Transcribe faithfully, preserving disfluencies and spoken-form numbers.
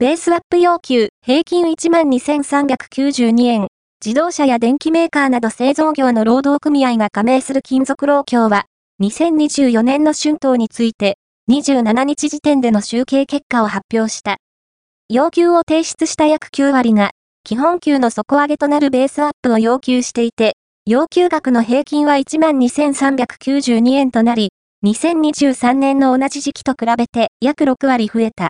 ベースアップ要求、平均いちまんにせんさんびゃくきゅうじゅうにえん。自動車や電機メーカーなど製造業の労働組合が加盟する金属労協は、にせんにじゅうよねんの春闘について、にじゅうしちにち時点での集計結果を発表した。要求を提出した約きゅうわりが、基本給の底上げとなるベースアップを要求していて、要求額の平均はいちまんにせんさんびゃくきゅうじゅうにえんとなり、にせんにじゅうさんねんの同じ時期と比べて約ろくわり増えた。